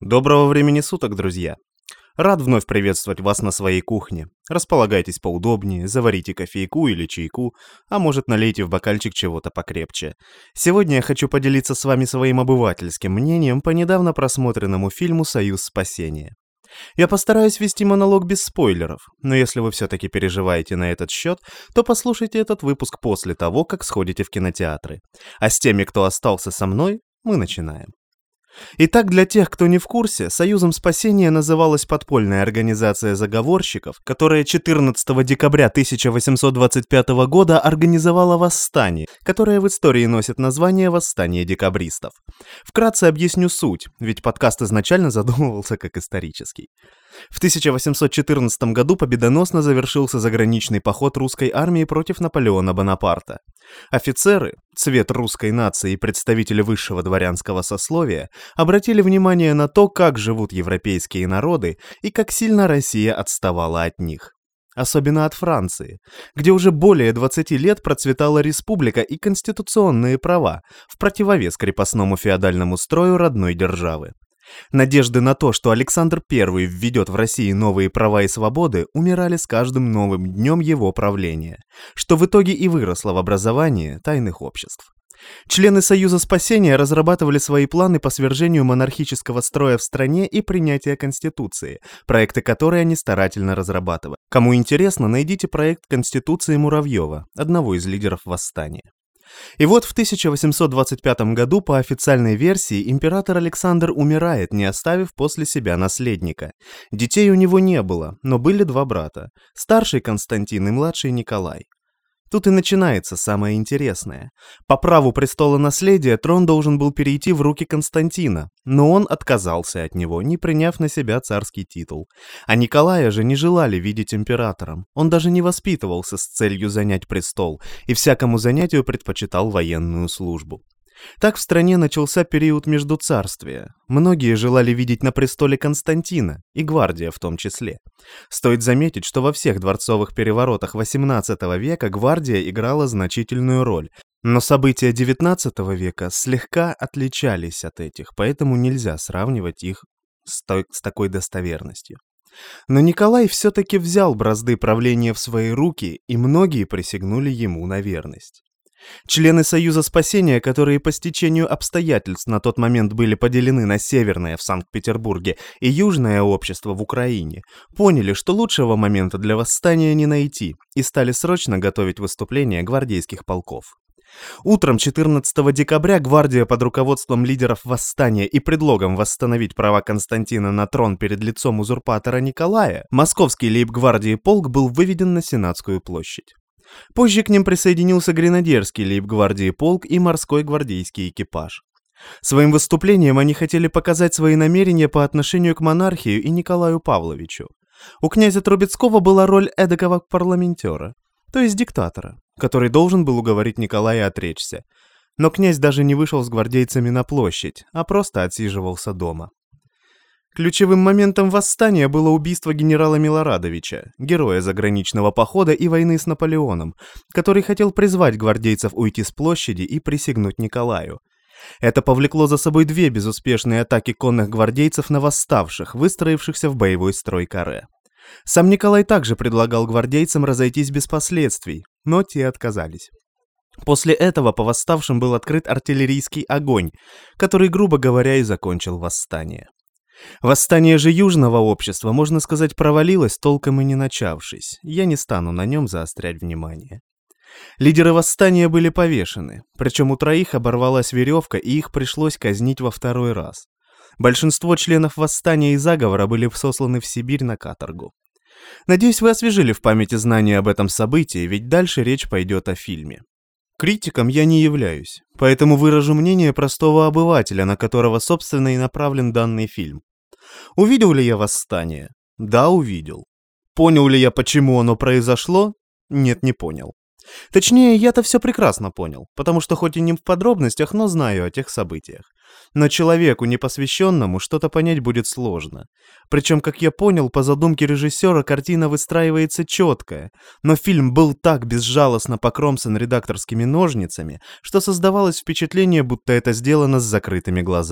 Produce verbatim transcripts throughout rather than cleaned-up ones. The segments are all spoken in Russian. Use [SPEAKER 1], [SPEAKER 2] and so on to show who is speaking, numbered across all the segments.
[SPEAKER 1] Доброго времени суток, друзья! Рад вновь приветствовать вас на своей кухне. Располагайтесь поудобнее, заварите кофейку или чайку, а может налейте в бокальчик чего-то покрепче. Сегодня я хочу поделиться с вами своим обывательским мнением по недавно просмотренному фильму «Союз спасения». Я постараюсь вести монолог без спойлеров, но если вы все-таки переживаете на этот счет, то послушайте этот выпуск после того, как сходите в кинотеатры. А с теми, кто остался со мной, мы начинаем. Итак, для тех, кто не в курсе, Союзом спасения называлась подпольная организация заговорщиков, которая четырнадцатого декабря тысяча восемьсот двадцать пятого года организовала восстание, которое в истории носит название «Восстание декабристов». Вкратце объясню суть, ведь подкаст изначально задумывался как исторический. В тысяча восемьсот четырнадцатом году победоносно завершился заграничный поход русской армии против Наполеона Бонапарта. Офицеры, цвет русской нации и представители высшего дворянского сословия обратили внимание на то, как живут европейские народы и как сильно Россия отставала от них. Особенно от Франции, где уже более двадцати лет процветала республика и конституционные права, в противовес крепостному феодальному строю родной державы. Надежды на то, что Александр Первый введет в России новые права и свободы, умирали с каждым новым днем его правления, что в итоге и выросло в образование тайных обществ. Члены Союза спасения разрабатывали свои планы по свержению монархического строя в стране и принятия Конституции, проекты которой они старательно разрабатывали. Кому интересно, найдите проект Конституции Муравьева, одного из лидеров восстания. И вот в тысяча восемьсот двадцать пятом году по официальной версии император Александр умирает, не оставив после себя наследника. Детей у него не было, но были два брата, старший Константин и младший Николай. Тут и начинается самое интересное. По праву престола наследия трон должен был перейти в руки Константина, но он отказался от него, не приняв на себя царский титул. А Николая же не желали видеть императором. Он даже не воспитывался с целью занять престол и всякому занятию предпочитал военную службу. Так в стране начался период междуцарствия. Многие желали видеть на престоле Константина, и гвардия в том числе. Стоит заметить, что во всех дворцовых переворотах восемнадцатого века гвардия играла значительную роль, но события девятнадцатого века слегка отличались от этих, поэтому нельзя сравнивать их с, той, с такой достоверностью. Но Николай все-таки взял бразды правления в свои руки, и многие присягнули ему на верность. Члены Союза спасения, которые по стечению обстоятельств на тот момент были поделены на Северное в Санкт-Петербурге и Южное общество в Украине, поняли, что лучшего момента для восстания не найти, и стали срочно готовить выступление гвардейских полков. Утром четырнадцатого декабря гвардия под руководством лидеров восстания и предлогом восстановить права Константина на трон перед лицом узурпатора Николая, московский лейб-гвардии полк был выведен на Сенатскую площадь. Позже к ним присоединился гренадерский лейб-гвардии полк и морской гвардейский экипаж. Своим выступлением они хотели показать свои намерения по отношению к монархии и Николаю Павловичу. У князя Трубецкого была роль эдакого парламентера, то есть диктатора, который должен был уговорить Николая отречься. Но князь даже не вышел с гвардейцами на площадь, а просто отсиживался дома. Ключевым моментом восстания было убийство генерала Милорадовича, героя заграничного похода и войны с Наполеоном, который хотел призвать гвардейцев уйти с площади и присягнуть Николаю. Это повлекло за собой две безуспешные атаки конных гвардейцев на восставших, выстроившихся в боевой строй каре. Сам Николай также предлагал гвардейцам разойтись без последствий, но те отказались. После этого по восставшим был открыт артиллерийский огонь, который, грубо говоря, и закончил восстание. Восстание же Южного общества, можно сказать, провалилось, толком и не начавшись. Я не стану на нем заострять внимание. Лидеры восстания были повешены, причем у троих оборвалась веревка, и их пришлось казнить во второй раз. Большинство членов восстания и заговора были сосланы в Сибирь на каторгу. Надеюсь, вы освежили в памяти знания об этом событии, ведь дальше речь пойдет о фильме. Критиком я не являюсь, поэтому выражу мнение простого обывателя, на которого, собственно, и направлен данный фильм. Увидел ли я восстание? Да, увидел. Понял ли я, почему оно произошло? Нет, не понял. Точнее, я-то все прекрасно понял, потому что хоть и не в подробностях, но знаю о тех событиях. Но человеку, непосвященному, что-то понять будет сложно. Причем, как я понял, по задумке режиссера картина выстраивается четкая, но фильм был так безжалостно покромсан редакторскими ножницами, что создавалось впечатление, будто это сделано с закрытыми глазами.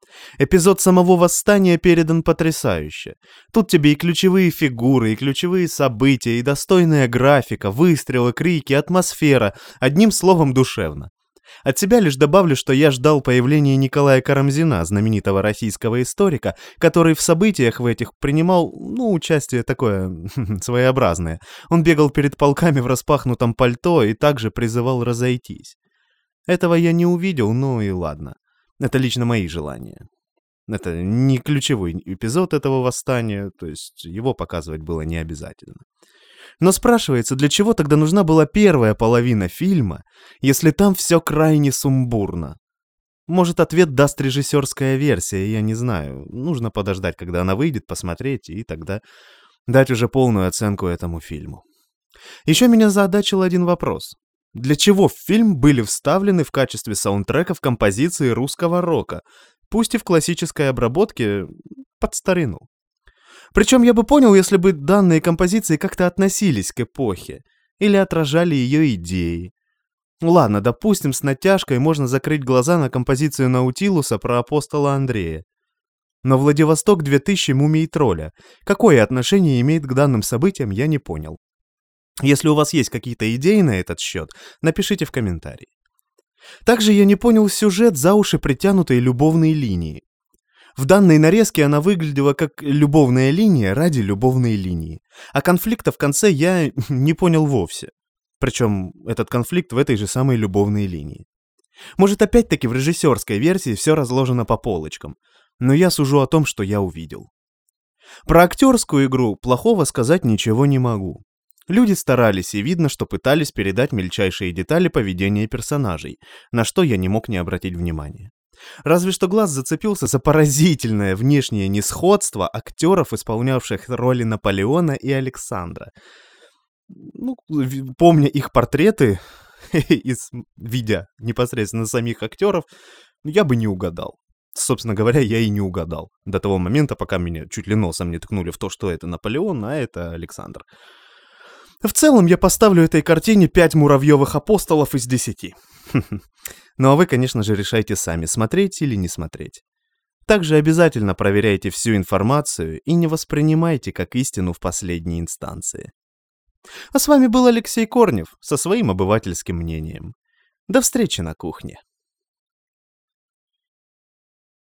[SPEAKER 1] Эпизод самого восстания передан потрясающе. Тут тебе и ключевые фигуры, и ключевые события, и достойная графика, выстрелы, крики, атмосфера, одним словом душевно. От себя лишь добавлю, что я ждал появления Николая Карамзина, знаменитого российского историка, который в событиях в этих принимал, ну, участие такое своеобразное. Он бегал перед полками в распахнутом пальто и также призывал разойтись. Этого я не увидел, ну и ладно. Это лично мои желания. Это не ключевой эпизод этого восстания, то есть его показывать было не обязательно. Но спрашивается, для чего тогда нужна была первая половина фильма, если там все крайне сумбурно? Может, ответ даст режиссерская версия, я не знаю. Нужно подождать, когда она выйдет, посмотреть, и тогда дать уже полную оценку этому фильму. Еще меня заодачил один вопрос. Для чего в фильм были вставлены в качестве саундтреков композиции русского рока, пусть и в классической обработке под старину? Причем я бы понял, если бы данные композиции как-то относились к эпохе или отражали ее идеи. Ладно, допустим, с натяжкой можно закрыть глаза на композицию Наутилуса про апостола Андрея. Но Владивосток две тысячи Мумий Тролля какое отношение имеет к данным событиям, я не понял. Если у вас есть какие-то идеи на этот счет, напишите в комментарии. Также я не понял сюжет за уши притянутой любовной линии. В данной нарезке она выглядела как любовная линия ради любовной линии, а конфликта в конце я не понял вовсе. Причем этот конфликт в этой же самой любовной линии. Может, опять-таки в режиссерской версии все разложено по полочкам, но я сужу о том, что я увидел. Про актерскую игру плохого сказать ничего не могу. Люди старались, и видно, что пытались передать мельчайшие детали поведения персонажей, на что я не мог не обратить внимания. Разве что глаз зацепился за поразительное внешнее несходство актеров, исполнявших роли Наполеона и Александра. Ну, помня их портреты, из, видя непосредственно самих актеров, я бы не угадал. Собственно говоря, я и не угадал. До того момента, пока меня чуть ли носом не ткнули в то, что это Наполеон, а это Александр. В целом, я поставлю этой картине пять муравьевых апостолов из десяти. Ну а вы, конечно же, решайте сами, смотреть или не смотреть. Также обязательно проверяйте всю информацию и не воспринимайте как истину в последней инстанции. А с вами был Алексей Корнев со своим обывательским мнением. До встречи на кухне.